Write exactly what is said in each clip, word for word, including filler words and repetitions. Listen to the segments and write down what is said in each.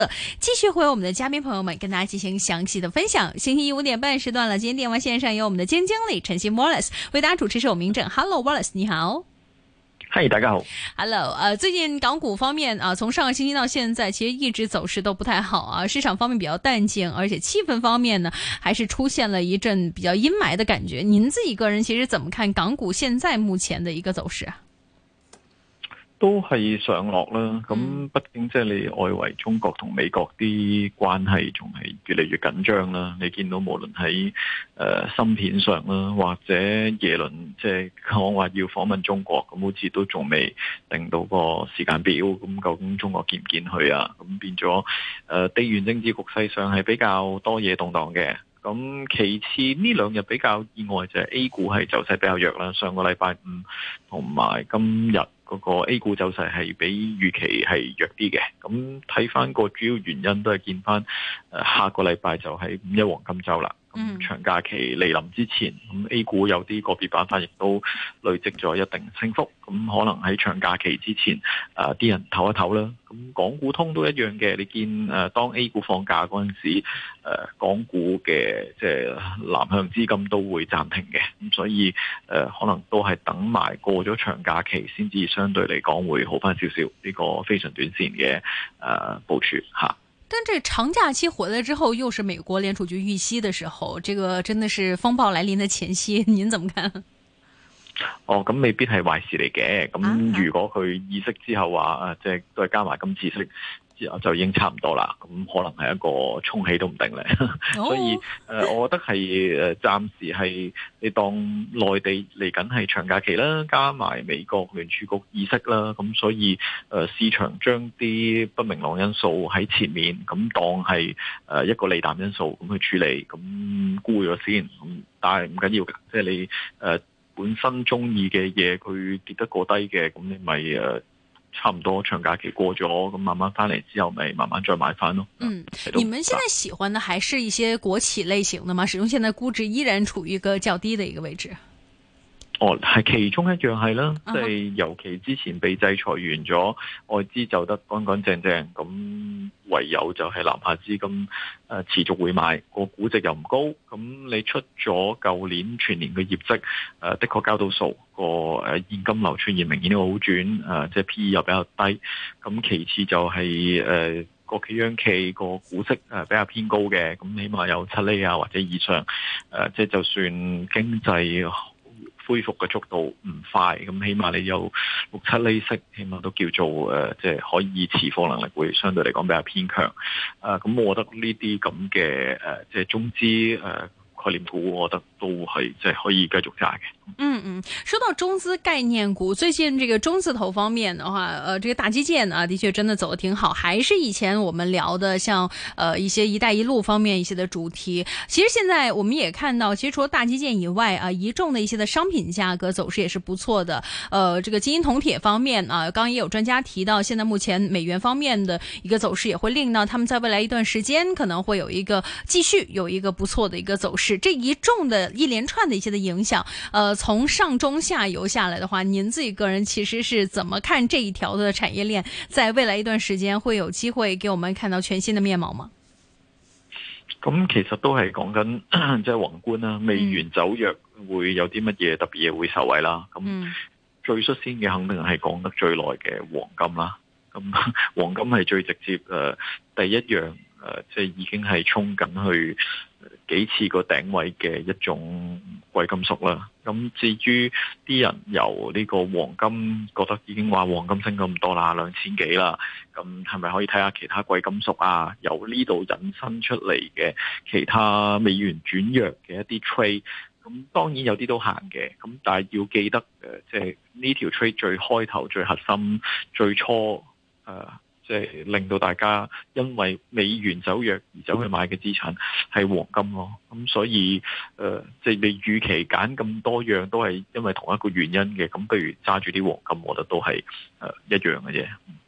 继续回我们的嘉宾朋友们跟大家进行详细的分享。星期一五点半时段了，今天电话线上有我们的基金经理陈昕 Wallace 为大家主持是我明正。Hello Wallace， 你好。 嗨，大家好。 Hello， 呃，最近港股方面啊、呃，从上个星期到现在，其实一直走势都不太好啊，市场方面比较淡静，而且气氛方面呢，还是出现了一阵比较阴霾的感觉。您自己个人其实怎么看港股现在目前的一个走势啊？ 都係上落啦，咁畢竟即係你外圍中國同美國啲關係仲係越嚟越緊張啦。你見到無論喺誒芯片上啦，或者耶倫即係講話要訪問中國，咁好似都仲未定到個時間表。咁究竟中國見唔見佢啊？咁變咗誒地緣政治局勢上係比較多嘢動盪嘅。咁其次呢兩日比較意外就係 A 股係走勢比較弱啦，上個禮拜五同埋今日嗰個 A 股走勢係比預期係弱啲嘅。咁睇翻個主要原因都係見翻誒下個禮拜就係五一黃金週啦。咁長假期嚟臨之前，咁 A 股有啲個別板塊亦都累積咗一定升幅，咁可能喺長假期之前，誒、呃、啲人唞一唞啦。咁港股通都一樣嘅，你見誒、呃、當 A 股放假嗰陣時，誒、呃、港股嘅即係南向資金都會暫停嘅，咁所以誒、呃、可能都係等埋過咗長假期先至相對嚟講會好翻少少，呢、這個非常短線嘅誒、呃、部署嚇。 但這長假期回來之後，又是美國聯儲局議息的時候，這個真的是風暴來臨的前夕，您怎麼看？ 哦，咁未必係壞事嚟嘅。咁如果佢議息之後話，誒，即係都係加埋今次息之後就已經差唔多啦。咁可能係一個沖起都唔定咧。Oh. 所以誒、呃，我覺得係誒，暫時係你當內地嚟緊係長假期啦，加埋美國聯儲局議息啦。咁所以誒、呃，市場將啲不明朗因素喺前面，咁當係誒一個利淡因素咁去處理，咁沽咗先。咁但係唔緊要㗎，即係你誒。呃本身中意嘅嘢，佢跌得過低嘅，咁你咪誒差唔多長假期過咗，咁慢慢翻嚟之後，咪慢慢再買翻咯。 嗯，你們現在喜歡的還是一些國企類型的嗎？始終現在估值依然處於一個較低的一個位置。 哦，係其中一樣係啦，即係尤其之前被制裁完咗，外資就得乾乾淨淨，咁唯有就係南下資金誒持續會買，個估值又唔高，咁你出咗舊年全年嘅業績，誒的確交到數，個誒現金流出現明顯嘅好轉，誒即係 P E 又比較低，咁其次就係誒國企央企個股息誒比較偏高嘅，咁起碼有七厘啊或者以上，誒即係就算經濟恢復嘅速度唔快，咁起碼你有六七厘息，起碼都叫做誒，即、呃、係、就是、可以持貨能力會相對嚟講比較偏強。誒、呃，咁我覺得呢啲咁嘅誒，即係中資誒。呃概念股，我覺得都係即係可以繼續揸嘅。 嗯嗯，說到中資概念股，最近這個中字頭方面的話，呃，這個大基建啊，的確真的走得挺好，還是以前我們聊的像呃一些一帶一路方面一些的主題。其實現在我們也看到，其實除了大基建以外啊，一眾的一些的商品價格走勢也是不錯的。呃，這個金銀銅鐵方面啊，剛剛也有專家提到，現在目前美元方面的一個走勢也會令到他們在未來一段時間可能會有一個繼續有一個不錯的一個走勢。這一眾的一連串的一些的影響，呃，從上中下游下來的話，您自己個人其實是怎麼看這一條的產業鏈，在未來一段時間會有機會給我們看到全新的面貌嗎？ 咁其實都係講緊即係宏觀啦，美元走弱會有啲乜嘢特別嘢會受惠啦。咁最率先嘅肯定係講得最耐嘅黃金啦。咁黃金係最直接誒、呃、第一樣誒，即係已經係衝緊去幾次個頂位嘅一種貴金屬啦。咁至於啲人由呢個黃金覺得已經話黃金升咁多啦，兩千幾啦，咁係咪可以睇下其他貴金屬啊？由呢度引申出嚟嘅其他美元轉弱嘅一啲 trade， 咁當然有啲都行嘅，咁但係要記得誒，即係呢條 trade 最開頭、最核心、最初誒。呃即係令到大家因為美元走弱而走去買嘅資產係黃金咯，咁所以誒，即係你與其揀咁多樣都係因為同一個原因嘅，咁不如揸住啲黃金，我覺得都係誒一樣嘅啫。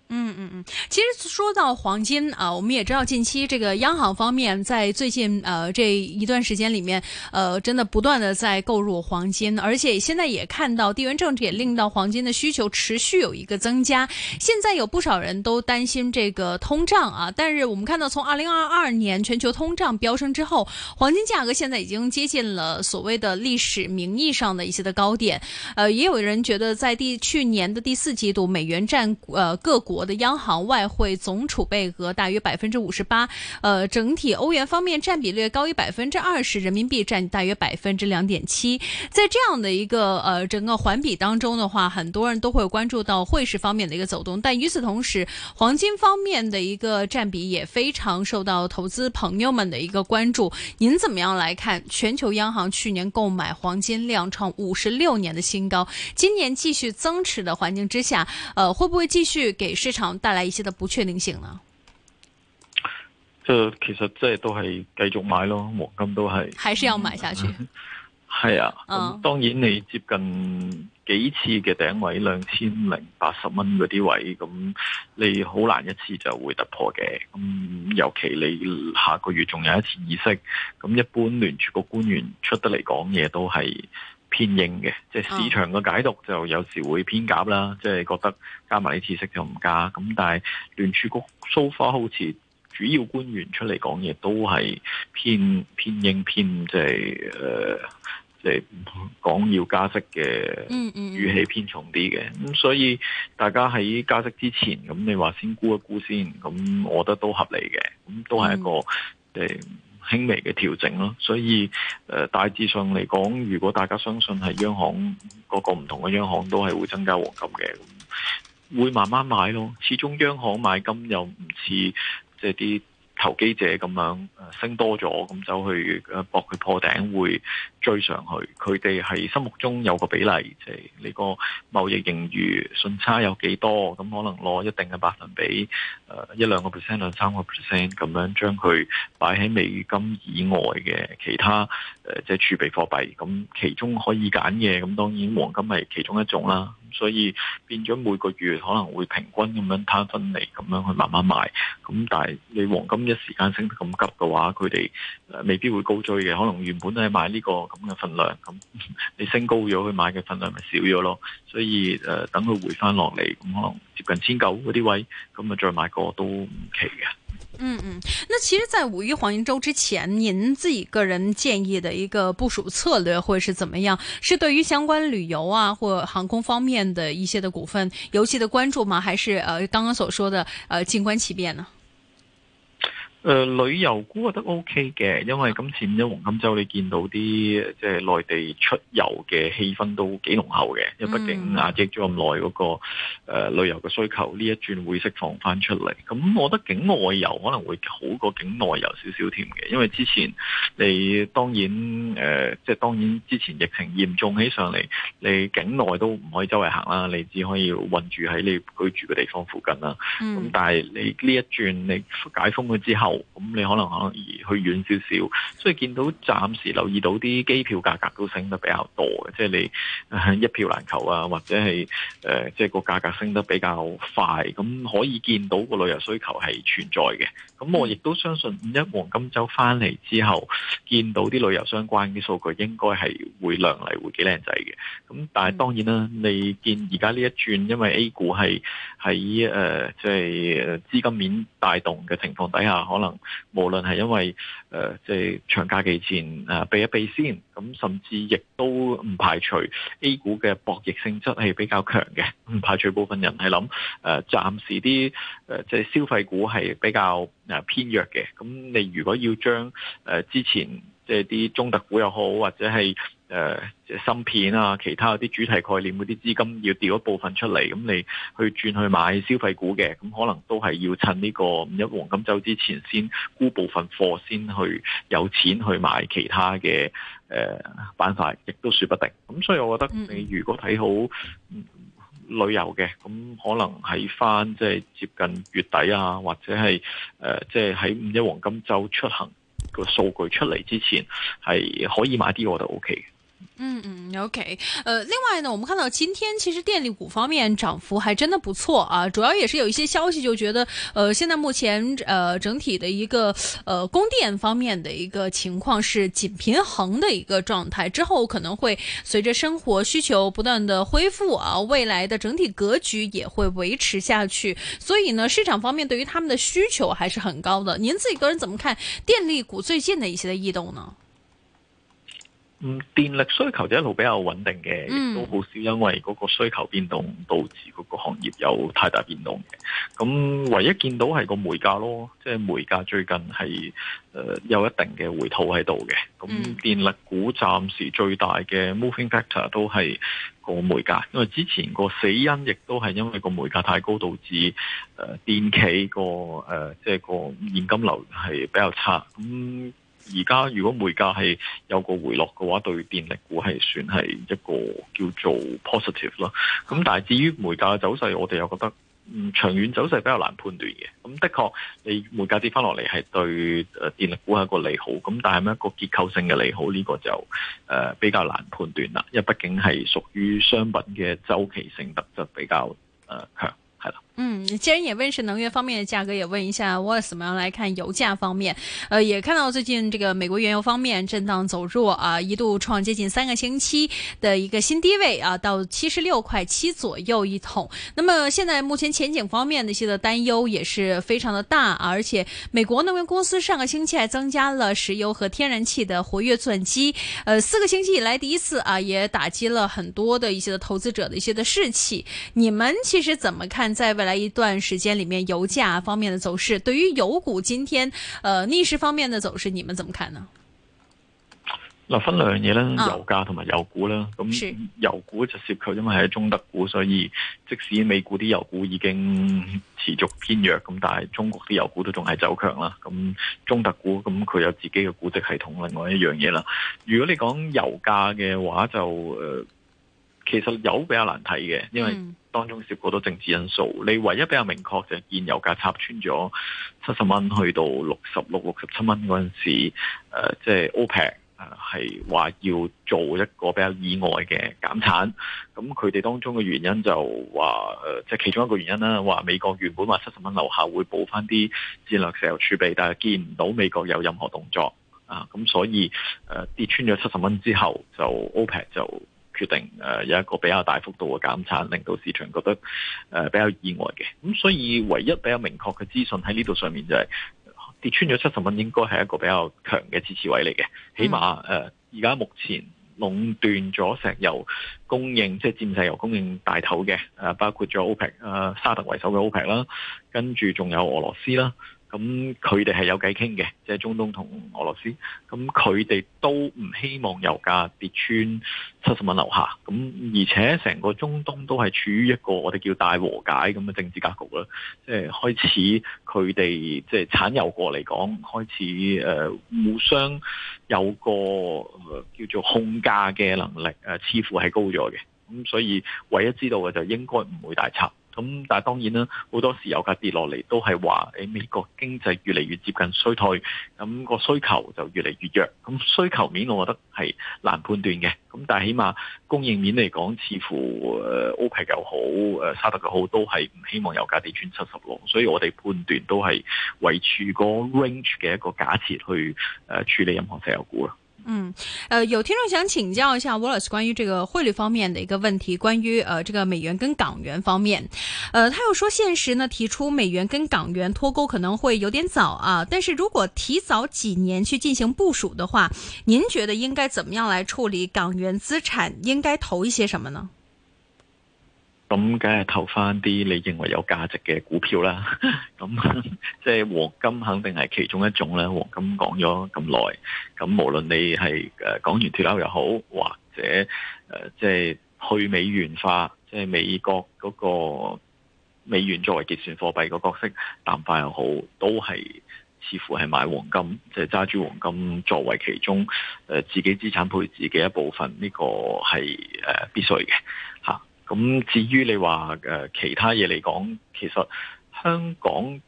嗯嗯嗯，其实说到黄金啊，我们也知道近期这个央行方面在最近呃这一段时间里面，呃真的不断的在购入黄金，而且现在也看到地缘政治也令到黄金的需求持续有一个增加。现在有不少人都担心这个通胀啊，但是我们看到从二零二二年全球通胀飙升之后，黄金价格现在已经接近了所谓的历史名义上的一些的高点。呃，也有人觉得在第去年的第四季度，美元占呃各国的央行外汇总储备额大约百分之五十八，呃，整体欧元方面占比略高于百分之二十，人民币占大约百分之两点七。在这样的一个呃整个环比当中的话，很多人都会关注到汇市方面的一个走动，但与此同时，黄金方面的一个占比也非常受到投资朋友们的一个关注。您怎么样来看全球央行去年购买黄金量创五十六年的新高，今年继续增持的环境之下，呃，会不會繼續給市場帶來一些的不確定性呢？ 即係其實即係都係繼續買咯，黃金都係， 還是要買下去。 係啊，咁、 嗯、 當然你接近幾次嘅頂位兩千零八十蚊嗰啲位，咁你好難一次就會突破嘅。咁尤其你下個月仲有一次議息，咁一般聯儲局官員出得嚟講嘢都係偏鷹嘅，即係市場嘅解讀就有時會偏鴿啦，即係覺得加埋呢次息就唔加。咁但係聯儲局 so far 好似主要官員出嚟講嘢都係偏偏鷹偏即係誒即係講要加息嘅語氣偏重啲嘅。咁所以大家喺加息之前，咁你話先沽一沽先，咁我覺得都合理嘅。咁都係一個即係輕微嘅調整咯，所以誒、呃、大致上嚟講，如果大家相信係央行各個唔同嘅央行都係會增加黃金嘅，會慢慢買咯。始終央行買金又唔似即係啲投機者咁樣升多咗，咁走去誒搏佢破頂會追上去。佢哋係心目中有個比例，即係你個貿易盈餘順差有幾多，咁可能攞一定嘅百分比，誒一兩個 percent、兩三個 percent 咁樣將佢擺喺美金以外嘅其他誒即係儲備貨幣。咁其中可以揀嘅，咁當然黃金係其中一種啦。所以變咗每個月可能會平均咁樣攤分嚟，咁樣去慢慢買。咁但係你黃金一時間升得咁急嘅話，佢哋誒未必會高追嘅。可能原本都係買呢個咁嘅份量，咁你升高咗，佢買嘅份量咪少咗咯。所以誒、呃，等佢回翻落嚟，咁可能接近千九嗰啲位，咁啊再買個都唔奇嘅。 嗯嗯，那其實，在五一黃金週之前，您自己個人建議的一個部署策略會是怎麼樣？是對於相關旅遊啊或航空方面的一些的股份尤其的關注嗎？還是呃剛剛所說的呃靜觀其變呢？ 誒、呃、旅遊股我覺得 OK 嘅，因為今次五一黃金週你見到啲即係內地出遊嘅氣氛都幾濃厚嘅，因為畢竟壓抑咗咁耐嗰個、呃、旅遊嘅需求，呢一轉會釋放翻出嚟。咁我覺得境外遊可能會好過境內遊少少添嘅，因為之前你當然誒、呃、即係當然之前疫情嚴重起上嚟，你境內都唔可以周圍行啦，你只可以困住喺你居住嘅地方附近啦。咁、嗯、但係你呢一轉你解封咗之後，咁你可能可能而去遠少少，所以見到暫時留意到啲機票價格都升得比較多嘅，即係你、呃、一票難求啊，或者係誒、呃、即係個價格升得比較快，咁可以見到個旅遊需求係存在嘅。咁我亦都相信五一黃金週翻嚟之後，見到啲旅遊相關嘅數據應該係會亮麗，會幾靚仔嘅。咁但係當然啦，你見而家呢一轉，因為 A 股係喺誒即係資金面帶動嘅情況底下，可能無論係因為誒即係長假期前誒避一避先，咁甚至亦都唔排除 A 股嘅博弈性質係比較強嘅，唔排除部分人係諗誒暫時啲誒即係消費股係比較誒偏弱嘅。咁你如果要將誒之前即係啲中特股又好，或者係誒即係芯片啊，其他嗰啲主題概念嗰啲資金要調一部分出嚟，咁你去轉去買消費股嘅，咁可能都係要趁呢個五一黃金週之前先沽部分貨，先去有錢去買其他嘅誒、呃、板塊，亦都說不定。咁所以我覺得你如果睇好、嗯、旅遊嘅，咁可能喺翻即係接近月底啊，或者係誒即係喺五一黃金週出行個數據出嚟之前，係可以買啲，我覺得 O K 嘅。 嗯嗯，OK，呃，另外呢，我们看到今天其實電力股方面漲幅還真的不錯啊，主要也是有一些消息就覺得，呃，現在目前呃整體的一個呃供電方面的一個情況是緊平衡的一個狀態，之後可能會隨着生活需求不斷的恢復啊，未來的整體格局也會維持下去，所以呢，市場方面對於他們的需求還是很高的。您自己個人怎麼看電力股最近的一些的異動呢？ 嗯，電力需求就一路比較穩定嘅，亦都好少因為嗰個需求變動導致嗰個行業有太大變動嘅。咁唯一見到係個煤價咯，即係煤價最近係誒、呃、有一定嘅回吐喺度嘅。咁電力股暫時最大嘅 moving factor 都係個煤價，因為之前個死因亦都係因為個煤價太高，導致誒、呃、電企個誒即係個現金流係比較差。咁而家如果煤價係有個回落嘅話，對電力股係算係一個叫做 positive 咯。咁但係至於煤價嘅走勢，我哋又覺得嗯長遠走勢比較難判斷嘅。咁的確，你煤價跌翻落嚟係對誒電力股係一個利好。咁但係咪一個結構性嘅利好呢、呢個就誒、呃、比較難判斷啦。因為畢竟係屬於商品嘅周期性特質比較誒強。呃嗯，既然也問是能源方面的價格，也問一下 Wallace 怎麼樣來看油價方面。呃，也看到最近這個美國原油方面震盪走弱啊，一度創接近三個星期的一個新低位啊，到七十六塊七左右一桶。那麼現在目前前景方面的一些的擔憂也是非常的大，啊，而且美國能源公司上個星期還增加了石油和天然氣的活躍鑽機，呃，四個星期以來第一次啊，也打擊了很多的一些的投資者的一些的士氣。你們其實怎麼看在未來一段時間裏面油價方面的走勢？對於油股今天呃逆勢方面的走勢，你們怎麼看呢？ 嗱，分兩樣嘢啦，油價同埋油股啦。咁油股就涉及因為係中特股，所以即使美股啲油股已經持續偏弱，咁但係中國啲油股都仲係走強啦。咁中特股咁佢有自己嘅估值系統，另外一樣嘢啦。如果你講油價嘅話就，就、呃、誒其實油比較難睇嘅，因為當中涉過好多政治因素。你唯一比較明確就係見油價插穿咗七十蚊，去到六十六、六十七蚊嗰陣時，誒即係 OPEC 誒係話要做一個比較意外嘅減產。咁佢哋當中嘅原因就話誒，即係其中一個原因啦，話美國原本話七十蚊樓下會補翻啲戰略石油儲備，但係見唔到美國有任何動作啊，咁所以誒、呃、跌穿咗七十蚊之後，就 OPEC 就決定誒有一個比較大幅度嘅減產，令到市場覺得誒比較意外嘅。咁所以唯一比較明確嘅資訊喺呢度上面就係跌穿咗七十蚊，應該係一個比較強嘅支持位嚟嘅。起碼誒而家目前壟斷咗石油供應，即係佔石油供應大頭嘅誒，包括咗 OPEC 誒沙特為首嘅 OPEC 啦，跟住仲有俄羅斯啦。咁佢哋係有偈傾嘅，即係中東同俄羅斯。咁佢哋都唔希望油價跌穿七十蚊樓下。咁而且成個中東都係處於一個我哋叫大和解咁嘅政治格局啦。即係開始佢哋即係產油國嚟講，開始誒互相有個叫做控價嘅能力，誒似乎係高咗嘅。咁所以唯一知道嘅就應該唔會大插。咁但係當然啦，好多時油價跌落嚟都係話誒美國經濟越嚟越接近衰退，咁個需求就越嚟越弱。咁需求面我覺得係難判斷嘅。咁但係起碼供應面嚟講，似乎誒 OPEC 又好，誒沙特又好，都係唔希望油價跌穿七十咯。所以我哋判斷都係維持個 range 嘅一個假設去誒處理任何石油股啦。 嗯，呃，有聽眾想請教一下 Wallace 關於這個匯率方面的一個問題，關於呃這個美元跟港元方面，呃，他又說現時呢提出美元跟港元脫鈎可能會有點早啊，但是如果提早幾年去進行部署的話，您覺得應該怎麼樣來處理港元資產？應該投一些什麼呢？ 咁梗係投翻啲你認為有價值嘅股票啦。咁即係黃金肯定係其中一種啦。黃金講咗咁耐，咁無論你係誒港元脫鈎又好，或者誒即係去美元化，即係美國嗰個美元作為結算貨幣個角色淡化又好，都係似乎係買黃金，即係揸住黃金作為其中誒自己資產配置嘅一部分，呢個係誒必須嘅嚇。咁至於你話誒其他嘢嚟講，其實香港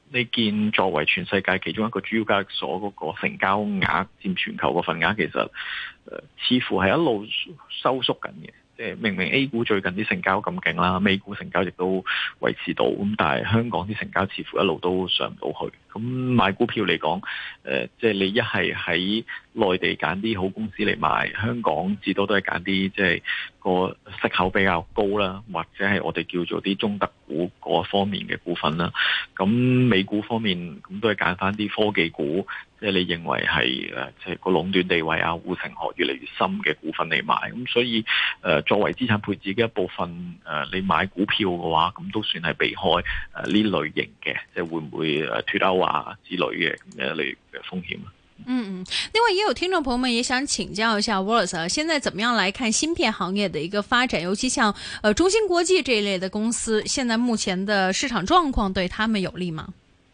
你見作為全世界其中一個主要交易所嗰個成交額佔全球個份額，其實誒、呃、似乎係一路收縮緊嘅。即係明明 A 股最近啲成交咁勁啦，美股成交亦都維持到，咁但係香港啲成交似乎一路都上唔到去。咁買股票嚟講，誒、呃，即係你一係喺內地揀啲好公司嚟買，香港至多都係揀啲即係個息口比較高啦，或者係我哋叫做啲中特股嗰方面嘅股份啦。咁美股方面咁都係揀翻啲科技股，即係你認為係誒即係個壟斷地位啊、護城河越嚟越深嘅股份嚟買。咁所以誒、呃、作為資產配置嘅一部分，誒、呃、你買股票嘅話，咁都算係避開誒呢、呃、類型嘅，即係會唔會誒脫歐啊之類嘅咁樣類嘅風險。 嗯嗯，另外也有聽眾朋友們也想請教一下 Wallace 啊，現在怎麼樣來看芯片行業的一個發展，尤其像呃中芯國際這一類的公司，現在目前的市場狀況對他們有利嗎？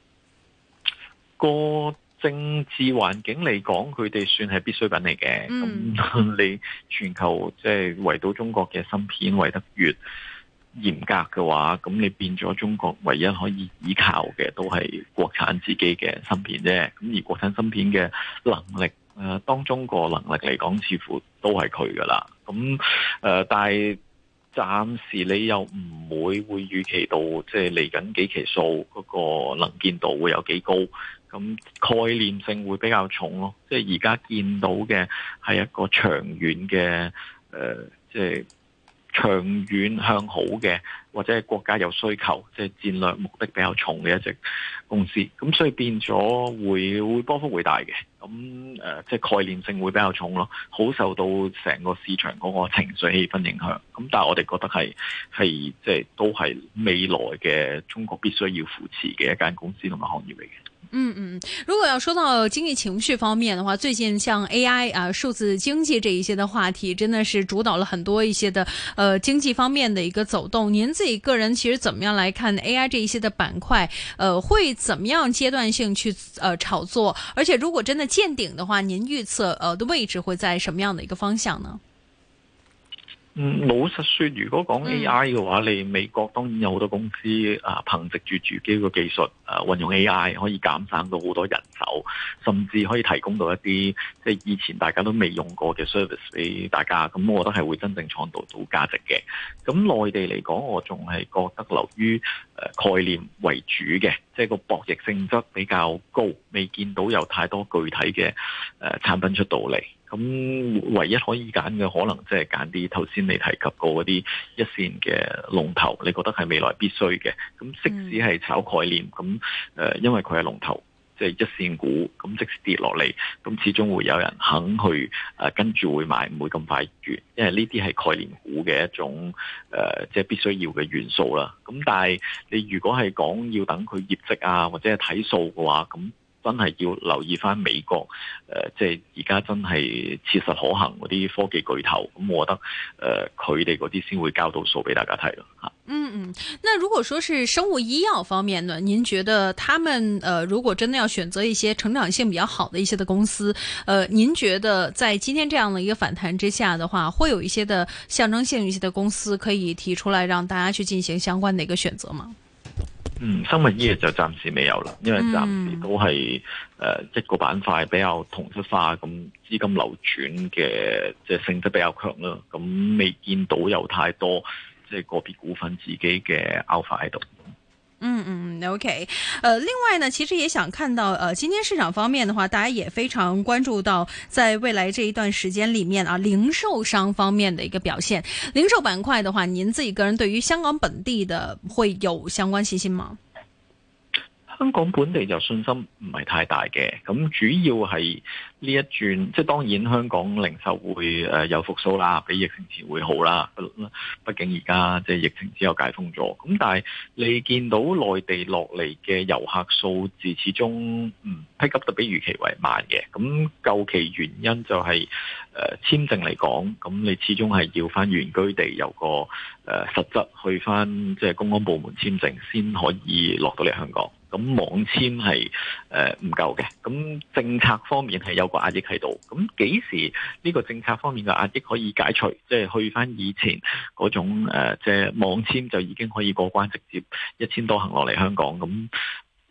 個政治環境嚟講，佢哋算係必需品嚟嘅。咁、嗯、你全球即係圍到中國嘅芯片圍得越嚴格嘅話，咁你變咗中國唯一可以依靠嘅都係國產自己嘅芯片啫。咁而國產芯片嘅能力，誒、呃、當中個能力嚟講，似乎都係佢噶啦。咁誒、呃，但係暫時你又唔會會預期到，即係嚟緊幾期數嗰個能見度會有幾高。咁概念性會比較重咯。即係而家見到嘅係一個長遠嘅，誒、呃，即係。長遠向好嘅，或者係國家有需求，即係戰略目的比較重嘅一隻公司，咁所以變咗會會波幅會大嘅，咁誒、呃、即係概念性會比較重咯，好受到成個市場嗰個情緒氣氛影響。咁但係我哋覺得係係即係都係未來嘅中國必須要扶持嘅一間公司同埋行業嚟嘅。 嗯嗯，如果要說到經濟情緒方面的話，最近像 A I 啊、數字經濟這一些的話題，真的是主導了很多一些的，呃，經濟方面的一個走動。您自己個人其實怎麼樣來看 A I 這一些的板塊？呃，會怎麼樣階段性去呃炒作？而且如果真的見頂的話，您預測呃的位置會在什麼樣的一個方向呢？ 嗯，老實說，如果講 A I 嘅話，你美國當然有好多公司啊，憑藉住自己個技術啊，運用 A I 可以減省到好多人手，甚至可以提供到一啲即係以前大家都未用過嘅 service 俾大家。咁我覺得係會真正創造到價值嘅。咁內地嚟講，我仲係覺得流於誒概念為主嘅，即係個博弈性質比較高，未見到有太多具體嘅誒產品出到嚟。咁唯一可以揀嘅可能即係揀啲頭先你提及過嗰啲一線嘅龍頭，你覺得係未來必須嘅。咁即使係炒概念，咁誒、呃、因為佢係龍頭，即係一線股，咁即使跌落嚟，咁始終會有人肯去誒、呃、跟住會買，唔會咁快完，因為呢啲係概念股嘅一種誒、呃、即係必須要嘅元素啦。咁但係你如果係講要等佢業績啊，或者係睇數嘅話，咁真係要留意翻美國，誒、呃，即係而家真係切實可行嗰啲科技巨頭，咁我覺得誒，佢哋嗰啲先會交到數俾大家睇咯嚇。 嗯嗯，那如果說是生物醫藥方面呢？您覺得他們呃，如果真的要選擇一些成長性比較好的一些的公司，呃，您覺得在今天這樣的一個反彈之下的話，會有一些的象徵性一些的公司可以提出來讓大家去進行相關的一個選擇嗎？ 嗯，生物醫藥就暫時未有啦，因為暫時都係誒、呃、一個板塊比較同質化，咁資金流轉嘅即係性質比較強啦，咁未見到有太多即係個別股份自己嘅 alpha 喺度。 嗯嗯 ，OK，呃，另外呢，其實也想看到，呃，今天市場方面的話，大家也非常關注到，在未來這一段時間裏面啊，零售商方面的一個表現。零售板塊的話，您自己個人對於香港本地的會有相關信心嗎？ 香港本地就信心唔係太大嘅，咁主要係呢一轉，即係當然香港零售會誒有復甦啦，比疫情前會好啦。畢竟而家即係疫情之後解封咗，咁但係你見到內地落嚟嘅遊客數字始終嗯 pick up 得比預期為慢嘅，咁究其原因就係、是、誒、呃、簽證嚟講，咁你始終係要翻原居地有個誒、呃、實質去翻即係公安部門簽證先可以落到嚟香港。咁網簽係誒唔夠嘅，咁政策方面係有個壓抑喺度。咁幾時呢個政策方面嘅壓抑可以解除？即係去翻以前嗰種誒，即係網簽就已經可以過關，直接一簽多行落嚟香港。咁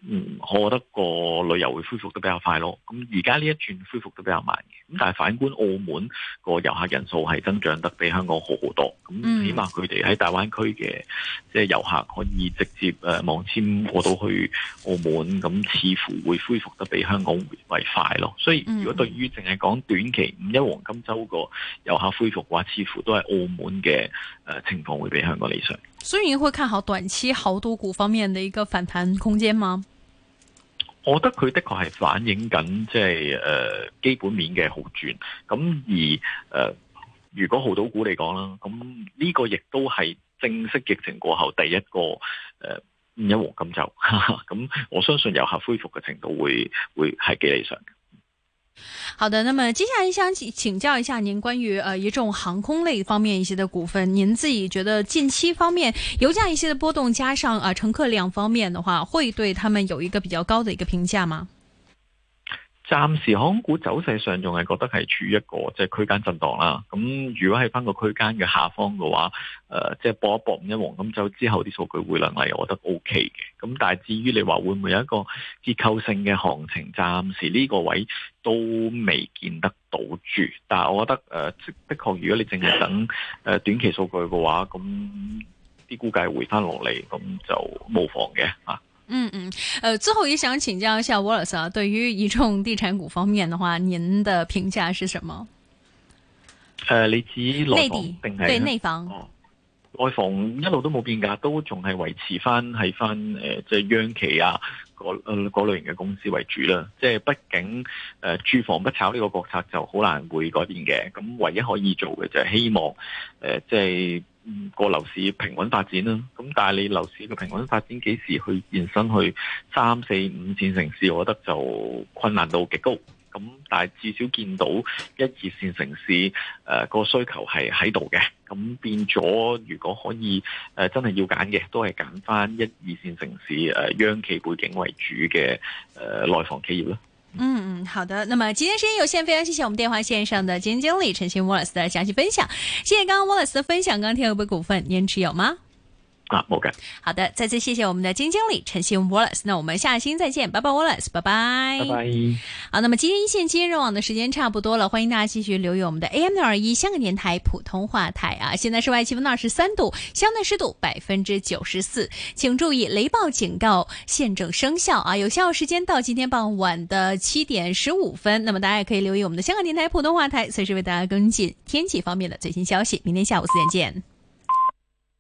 嗯，我覺得個旅遊會恢復得比較快咯。咁而家呢一轉恢復得比較慢嘅，咁但係反觀澳門個遊客人數係增長得比香港好好多。咁起碼佢哋喺大灣區嘅即係遊客可以直接誒網簽過到去澳門，咁似乎會恢復得比香港為快咯。所以如果對於淨係講短期五一黃金週個遊客恢復嘅話，似乎都係澳門嘅誒情況會比香港理想。 所以你會看好短期豪賭股方面的一個反彈空間嗎？ 我覺得佢的確係反映緊即係誒基本面嘅好轉，咁而誒、呃、如果豪賭股嚟講啦，咁呢個亦都係正式疫情過後第一個誒五一黃金週，咁我相信遊客恢復嘅程度會會係幾理想嘅。 好的，那麼接下來想請教一下您關於呃一眾航空類方面一些的股份，您自己覺得近期方面油價一些的波動，加上啊、呃、乘客量方面的話，會對他們有一個比較高的一個評價嗎？ 暫時航空股走勢上仲係覺得係處於一個即係區間震盪啦。咁如果係翻個區間嘅下方嘅話，誒即係搏一搏五一黃金週之後啲數據回量嚟，我覺得 O K 嘅。咁但係至於你話會唔會有一個結構性嘅行情，暫時呢個位都未見得到住。但係我覺得誒、呃、的確，如果你淨係等誒短期數據嘅話，咁啲估計回翻落嚟，咁就無妨嘅啊。 嗯嗯，呃，最後也想請教一下 Wallace 啊，對於一眾地產股方面的話，您的評價是什麼？ 誒、呃，你指內房定係？ 對內房。 哦，內房一路都冇變㗎，都仲係維持翻係翻誒，即係央企啊嗰誒嗰類型嘅公司為主啦。即係畢竟誒、呃、住房不炒呢個國策就好難會改變嘅。咁唯一可以做嘅就係希望誒、呃、即係。嗯，個樓市平穩發展啦，咁但係你樓市嘅平穩發展幾時去延伸去三四五線城市，我覺得就困難度極高。咁但係至少見到一二線城市誒個、呃、需求係喺度嘅，咁變咗如果可以誒、呃、真係要揀嘅，都係揀翻一二線城市誒、呃、央企背景為主嘅誒內房企業啦。 嗯嗯，好的。那麼今天時間有限，非常謝謝我們電話線上的基金經理陳昕 Wallace 的詳細分享。謝謝剛剛 Wallace 的分享。剛剛聽有冇股份您持有嗎？ 啊，冇嘅。 好的，再次謝謝我們的基金經理陳昕 Wallace。那我們下星期再見，拜拜 Wallace， 拜拜。 拜拜。 好，那麼今天一線金融網的時間差不多了，歡迎大家繼續留意我們的 A M 六二一香港電台普通話台啊。現在室外氣溫二十三度，相對濕度百分之九十四，請注意雷暴警告現正生效啊，有效時間到今天傍晚的七點十五分。那麼大家也可以留意我們的香港電台普通話台，隨時為大家跟進天氣方面的最新消息。明天下午四點見。